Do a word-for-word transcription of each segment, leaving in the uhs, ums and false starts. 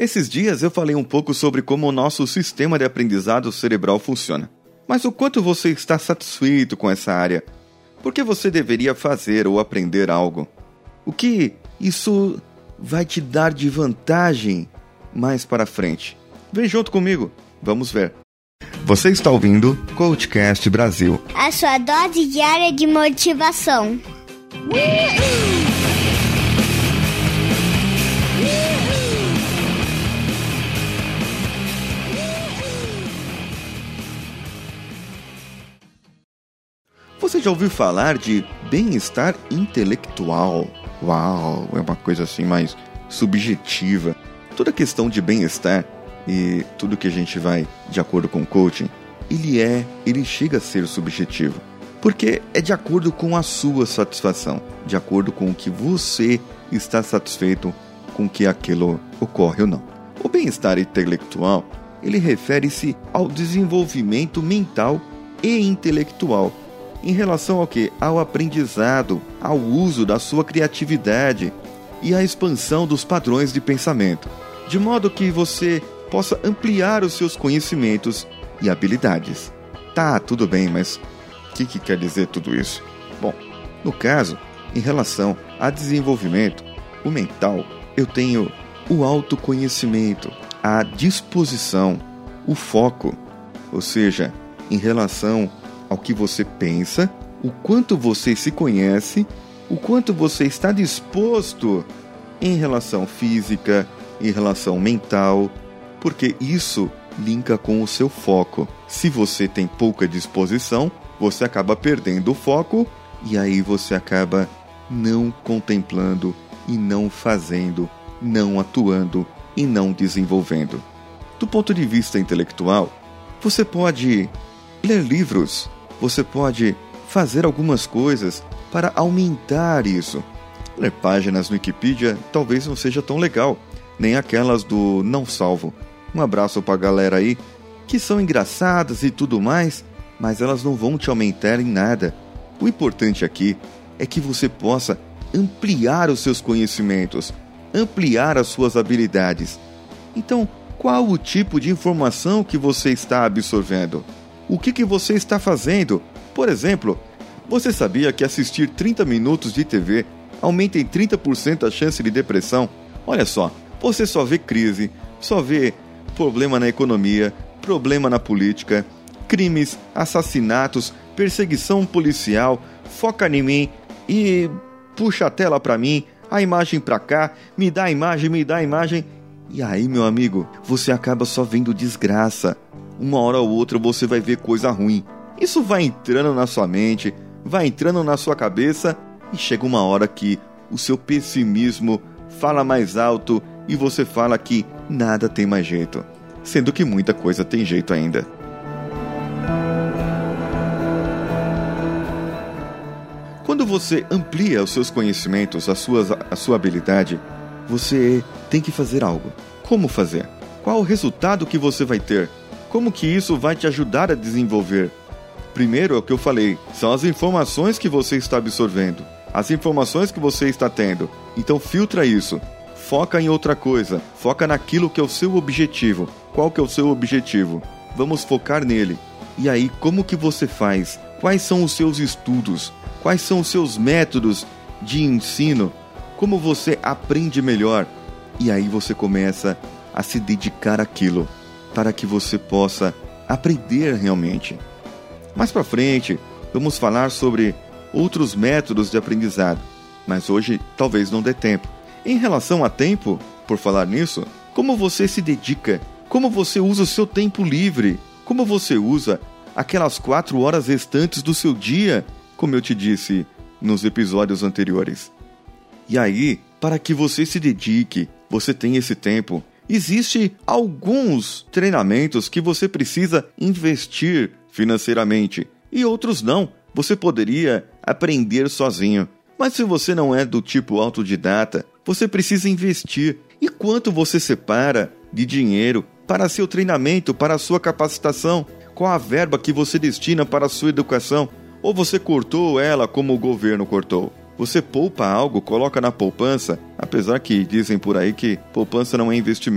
Esses dias eu falei um pouco sobre como o nosso sistema de aprendizado cerebral funciona. Mas o quanto você está satisfeito com essa área? Por que você deveria fazer ou aprender algo? O que isso vai te dar de vantagem mais para frente? Vem junto comigo, vamos ver. Você está ouvindo Coachcast Brasil, a sua dose diária de motivação. Você já ouviu falar de bem-estar intelectual? Uau, é uma coisa assim mais subjetiva. Toda questão de bem-estar e tudo que a gente vai de acordo com o coaching, ele é, ele chega a ser subjetivo. Porque é de acordo com a sua satisfação, de acordo com o que você está satisfeito com que aquilo ocorre ou não. O bem-estar intelectual, ele refere-se ao desenvolvimento mental e intelectual. Em relação ao que? Ao aprendizado, ao uso da sua criatividade e à expansão dos padrões de pensamento, de modo que você possa ampliar os seus conhecimentos e habilidades. Tá, tudo bem, mas o que, que quer dizer tudo isso? Bom, no caso, em relação a desenvolvimento, o mental, eu tenho o autoconhecimento, a disposição, o foco, ou seja, em relação ao que você pensa, o quanto você se conhece, o quanto você está disposto em relação física, em relação mental, porque isso linka com o seu foco. Se você tem pouca disposição, você acaba perdendo o foco e aí você acaba não contemplando e não fazendo, não atuando e não desenvolvendo. Do ponto de vista intelectual, você pode ler livros, você pode fazer algumas coisas para aumentar isso. Ler páginas no Wikipedia talvez não seja tão legal, nem aquelas do Não Salvo. Um abraço para a galera aí, que são engraçadas e tudo mais, mas elas não vão te aumentar em nada. O importante aqui é que você possa ampliar os seus conhecimentos, ampliar as suas habilidades. Então, qual o tipo de informação que você está absorvendo? O que, que você está fazendo? Por exemplo, você sabia que assistir trinta minutos de T V aumenta em trinta por cento a chance de depressão? Olha só, você só vê crise, só vê problema na economia, problema na política, crimes, assassinatos, perseguição policial, foca em mim e puxa a tela pra mim, a imagem pra cá, me dá a imagem, me dá a imagem. E aí, meu amigo, você acaba só vendo desgraça. Uma hora ou outra você vai ver coisa ruim. Isso vai entrando na sua mente, vai entrando na sua cabeça e chega uma hora que o seu pessimismo fala mais alto e você fala que nada tem mais jeito, sendo que muita coisa tem jeito ainda. Quando você amplia os seus conhecimentos, a sua, a sua habilidade, você tem que fazer algo. Como fazer? Qual o resultado que você vai ter? Como que isso vai te ajudar a desenvolver? Primeiro é o que eu falei, são as informações que você está absorvendo, as informações que você está tendo. Então filtra isso, foca em outra coisa, foca naquilo que é o seu objetivo. Qual que é o seu objetivo? Vamos focar nele. E aí, como que você faz? Quais são os seus estudos? Quais são os seus métodos de ensino? Como você aprende melhor? E aí você começa a se dedicar àquilo, para que você possa aprender realmente. Mais para frente, vamos falar sobre outros métodos de aprendizado, mas hoje talvez não dê tempo. Em relação a tempo, por falar nisso, como você se dedica? Como você usa o seu tempo livre? Como você usa aquelas quatro horas restantes do seu dia, como eu te disse nos episódios anteriores? E aí, para que você se dedique, você tenha esse tempo, existem alguns treinamentos que você precisa investir financeiramente e outros não. Você poderia aprender sozinho. Mas se você não é do tipo autodidata, você precisa investir. E quanto você separa de dinheiro para seu treinamento, para a sua capacitação? Qual a verba que você destina para a sua educação? Ou você cortou ela como o governo cortou? Você poupa algo, coloca na poupança, apesar que dizem por aí que poupança não é investimento.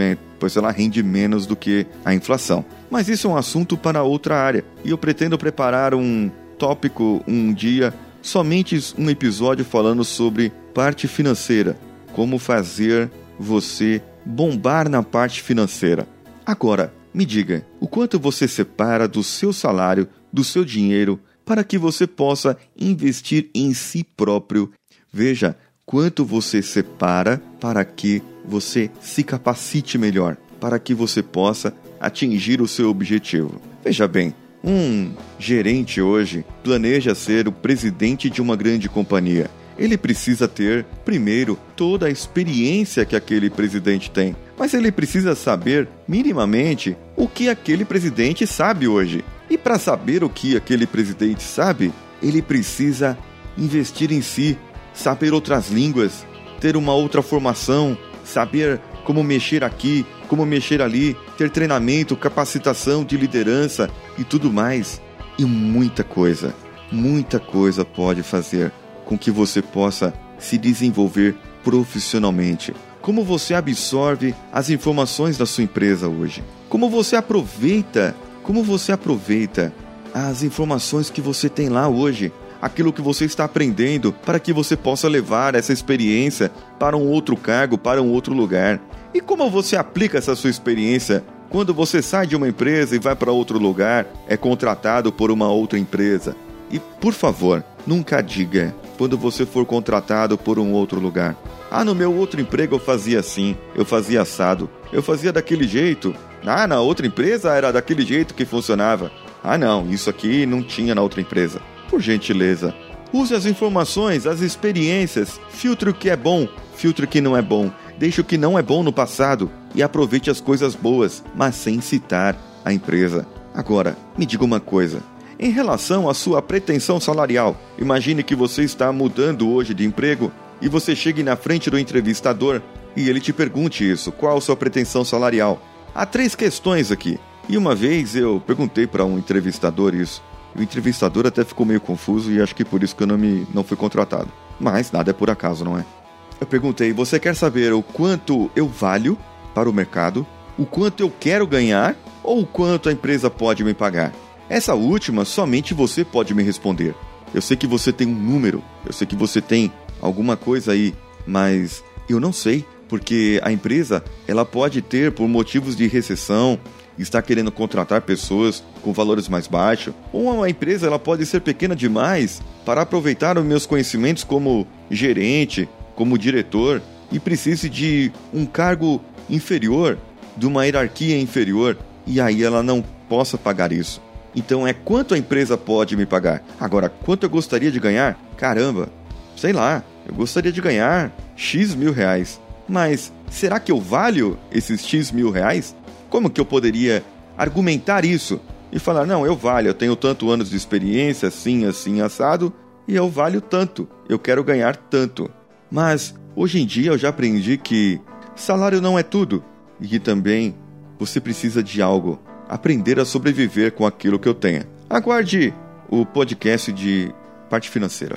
pois ela rende menos do que a inflação. Mas isso é um assunto para outra área, e eu pretendo preparar um tópico um dia, somente um episódio falando sobre parte financeira, como fazer você bombar na parte financeira. Agora, me diga, o quanto você separa do seu salário, do seu dinheiro, para que você possa investir em si próprio? Veja quanto você separa para que você se capacite melhor, para que você possa atingir o seu objetivo. Veja bem, um gerente hoje planeja ser o presidente de uma grande companhia. Ele precisa ter, primeiro, toda a experiência que aquele presidente tem. Mas ele precisa saber, minimamente, o que aquele presidente sabe hoje. E para saber o que aquele presidente sabe, ele precisa investir em si, saber outras línguas, ter uma outra formação, saber como mexer aqui, como mexer ali, ter treinamento, capacitação de liderança e tudo mais. E muita coisa, muita coisa pode fazer com que você possa se desenvolver profissionalmente. Como você absorve as informações da sua empresa hoje? Como você aproveita, como você aproveita as informações que você tem lá hoje? Aquilo que você está aprendendo para que você possa levar essa experiência para um outro cargo, para um outro lugar. E como você aplica essa sua experiência quando você sai de uma empresa e vai para outro lugar, é contratado por uma outra empresa? E, por favor, nunca diga, quando você for contratado por um outro lugar: ah, no meu outro emprego eu fazia assim, eu fazia assado, eu fazia daquele jeito. Ah, na outra empresa era daquele jeito que funcionava. Ah, não, isso aqui não tinha na outra empresa. Por gentileza, use as informações, as experiências, filtre o que é bom, filtre o que não é bom, deixe o que não é bom no passado e aproveite as coisas boas, mas sem citar a empresa. Agora, me diga uma coisa. Em relação à sua pretensão salarial, imagine que você está mudando hoje de emprego e você chegue na frente do entrevistador e ele te pergunte isso: qual a sua pretensão salarial? Há três questões aqui. E uma vez eu perguntei para um entrevistador isso. O entrevistador até ficou meio confuso e acho que por isso que eu não, me, não fui contratado. Mas nada é por acaso, não é? Eu perguntei: você quer saber o quanto eu valho para o mercado? O quanto eu quero ganhar? Ou o quanto a empresa pode me pagar? Essa última, somente você pode me responder. Eu sei que você tem um número, eu sei que você tem alguma coisa aí, mas eu não sei, porque a empresa, ela pode ter, por motivos de recessão, estar querendo contratar pessoas com valores mais baixos, ou a empresa ela pode ser pequena demais para aproveitar os meus conhecimentos como gerente, como diretor, e precise de um cargo inferior, de uma hierarquia inferior, e aí ela não possa pagar isso. Então é quanto a empresa pode me pagar. Agora, quanto eu gostaria de ganhar? Caramba, sei lá, eu gostaria de ganhar X mil reais. Mas será que eu valho esses X mil reais? Como que eu poderia argumentar isso? E falar: não, eu valho, eu tenho tanto anos de experiência, assim, assim, assado, e eu valho tanto, eu quero ganhar tanto. Mas hoje em dia eu já aprendi que salário não é tudo, e que também você precisa de algo. Aprender a sobreviver com aquilo que eu tenho. Aguarde o podcast de parte financeira.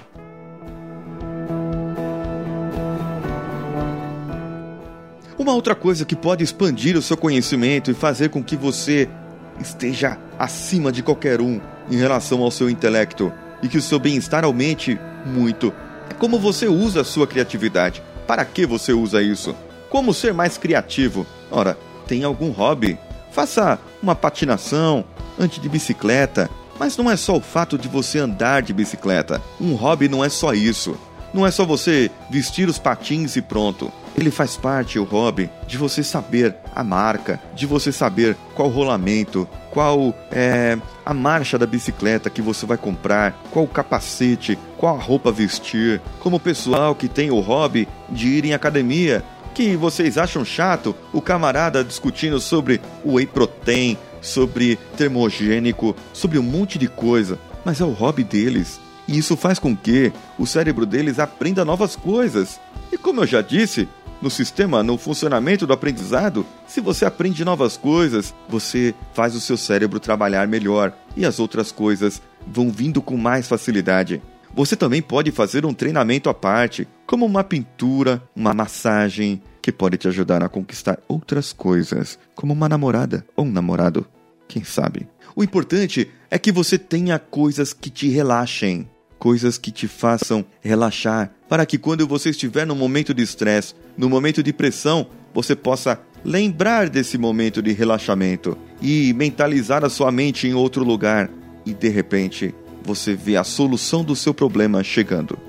Uma outra coisa que pode expandir o seu conhecimento e fazer com que você esteja acima de qualquer um em relação ao seu intelecto e que o seu bem-estar aumente muito é como você usa a sua criatividade. Para que você usa isso? Como ser mais criativo? Ora, tem algum hobby? Faça uma patinação, ande de bicicleta. Mas não é só o fato de você andar de bicicleta. Um hobby não é só isso. Não é só você vestir os patins e pronto. Ele faz parte, o hobby, de você saber a marca, de você saber qual rolamento, qual é a marcha da bicicleta que você vai comprar, qual o capacete, qual a roupa vestir. Como o pessoal que tem o hobby de ir em academia, que vocês acham chato o camarada discutindo sobre o whey protein, sobre termogênico, sobre um monte de coisa, mas é o hobby deles. E isso faz com que o cérebro deles aprenda novas coisas. E como eu já disse, no sistema, no funcionamento do aprendizado, se você aprende novas coisas, você faz o seu cérebro trabalhar melhor e as outras coisas vão vindo com mais facilidade. Você também pode fazer um treinamento à parte, como uma pintura, uma massagem, que pode te ajudar a conquistar outras coisas, como uma namorada ou um namorado, quem sabe. O importante é que você tenha coisas que te relaxem, coisas que te façam relaxar, para que quando você estiver no momento de estresse, no momento de pressão, você possa lembrar desse momento de relaxamento e mentalizar a sua mente em outro lugar e de repente você vê a solução do seu problema chegando.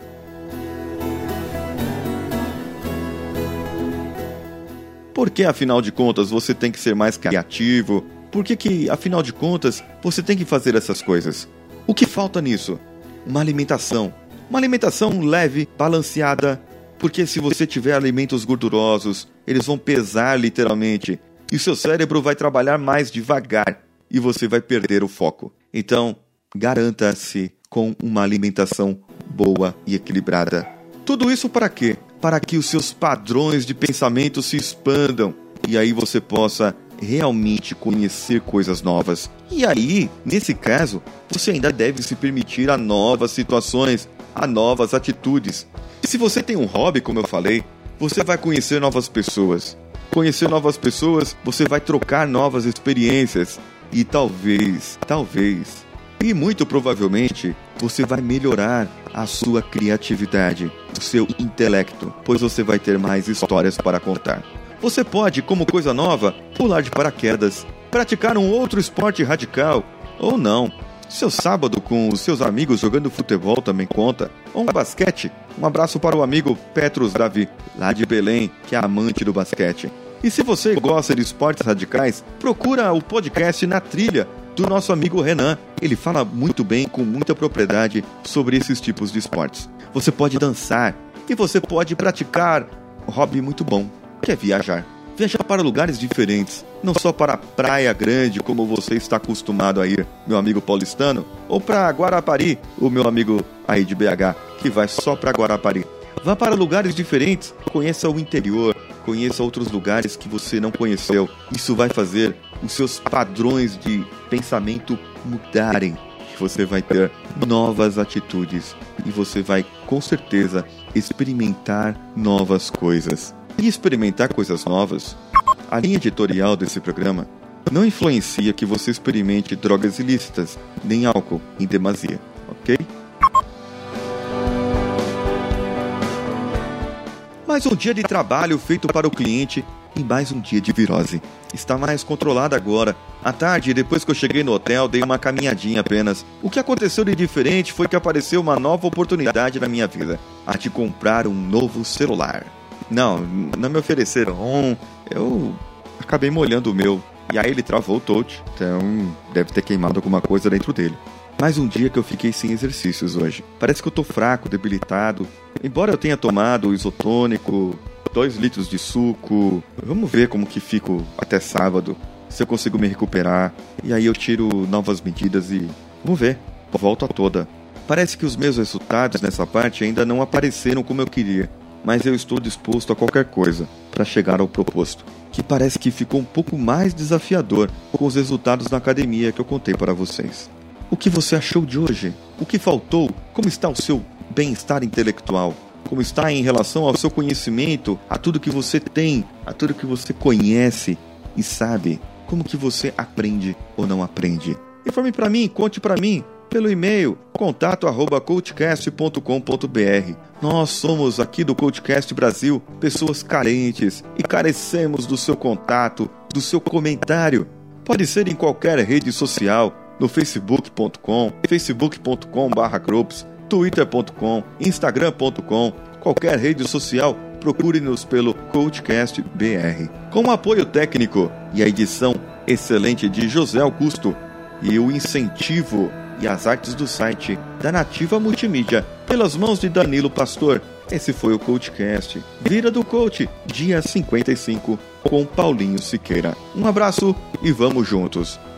Por que, afinal de contas, você tem que ser mais criativo? Por que, que, afinal de contas, você tem que fazer essas coisas? O que falta nisso? Uma alimentação. Uma alimentação leve, balanceada, porque se você tiver alimentos gordurosos, eles vão pesar literalmente, e seu cérebro vai trabalhar mais devagar, e você vai perder o foco. Então, garanta-se com uma alimentação boa e equilibrada. Tudo isso para quê? Para que os seus padrões de pensamento se expandam, e aí você possa realmente conhecer coisas novas. E aí, nesse caso, você ainda deve se permitir a novas situações, a novas atitudes. E se você tem um hobby, como eu falei, você vai conhecer novas pessoas. Conhecer novas pessoas, você vai trocar novas experiências. E talvez, talvez, e muito provavelmente, você vai melhorar a sua criatividade, o seu intelecto, pois você vai ter mais histórias para contar. Você pode, como coisa nova, pular de paraquedas, praticar um outro esporte radical, ou não. Seu sábado com os seus amigos jogando futebol também conta. Ou um basquete. Um abraço para o amigo Petros Davi, lá de Belém, que é amante do basquete. E se você gosta de esportes radicais, procura o podcast Na Trilha, do nosso amigo Renan. Ele fala muito bem, com muita propriedade, sobre esses tipos de esportes. Você pode dançar e você pode praticar um hobby muito bom, que é viajar. Viajar para lugares diferentes, não só para a Praia Grande, como você está acostumado a ir, meu amigo paulistano, ou para Guarapari, o meu amigo aí de B H, que vai só para Guarapari. Vá para lugares diferentes, conheça o interior, conheça outros lugares que você não conheceu. Isso vai fazer os seus padrões de pensamento mudarem. Você vai ter novas atitudes e você vai, com certeza, experimentar novas coisas. E experimentar coisas novas, a linha editorial desse programa não influencia que você experimente drogas ilícitas, nem álcool em demasia, ok? Mais um dia de trabalho feito para o cliente e mais um dia de virose. Está mais controlada agora. À tarde, depois que eu cheguei no hotel, dei uma caminhadinha apenas. O que aconteceu de diferente foi que apareceu uma nova oportunidade na minha vida, a de comprar um novo celular. Não, não me ofereceram um, eu acabei molhando o meu, e aí ele travou o touch, então deve ter queimado alguma coisa dentro dele. Mais um dia que eu fiquei sem exercícios hoje. Parece que eu tô fraco, debilitado. Embora eu tenha tomado isotônico, dois litros de suco, vamos ver como que fico até sábado, se eu consigo me recuperar, e aí eu tiro novas medidas e vamos ver, volto a toda. Parece que os meus resultados nessa parte ainda não apareceram como eu queria, mas eu estou disposto a qualquer coisa para chegar ao proposto, que parece que ficou um pouco mais desafiador com os resultados na academia que eu contei para vocês. O que você achou de hoje? O que faltou? Como está o seu bem-estar intelectual? Como está em relação ao seu conhecimento, a tudo que você tem, a tudo que você conhece e sabe? Como que você aprende ou não aprende? Informe para mim, conte para mim, pelo e-mail contato arroba coachcast ponto com ponto b r. Nós somos aqui do Coachcast Brasil pessoas carentes e carecemos do seu contato, do seu comentário. Pode ser em qualquer rede social, no facebook ponto com, facebook ponto com barra groups, twitter ponto com, instagram ponto com, qualquer rede social, procure-nos pelo Coachcast B R. Com o apoio técnico e a edição excelente de José Augusto e o incentivo e as artes do site da Nativa Multimídia pelas mãos de Danilo Pastor. Esse foi o Coachcast Vida do Coach, dia cinquenta e cinco, com Paulinho Siqueira. Um abraço e vamos juntos!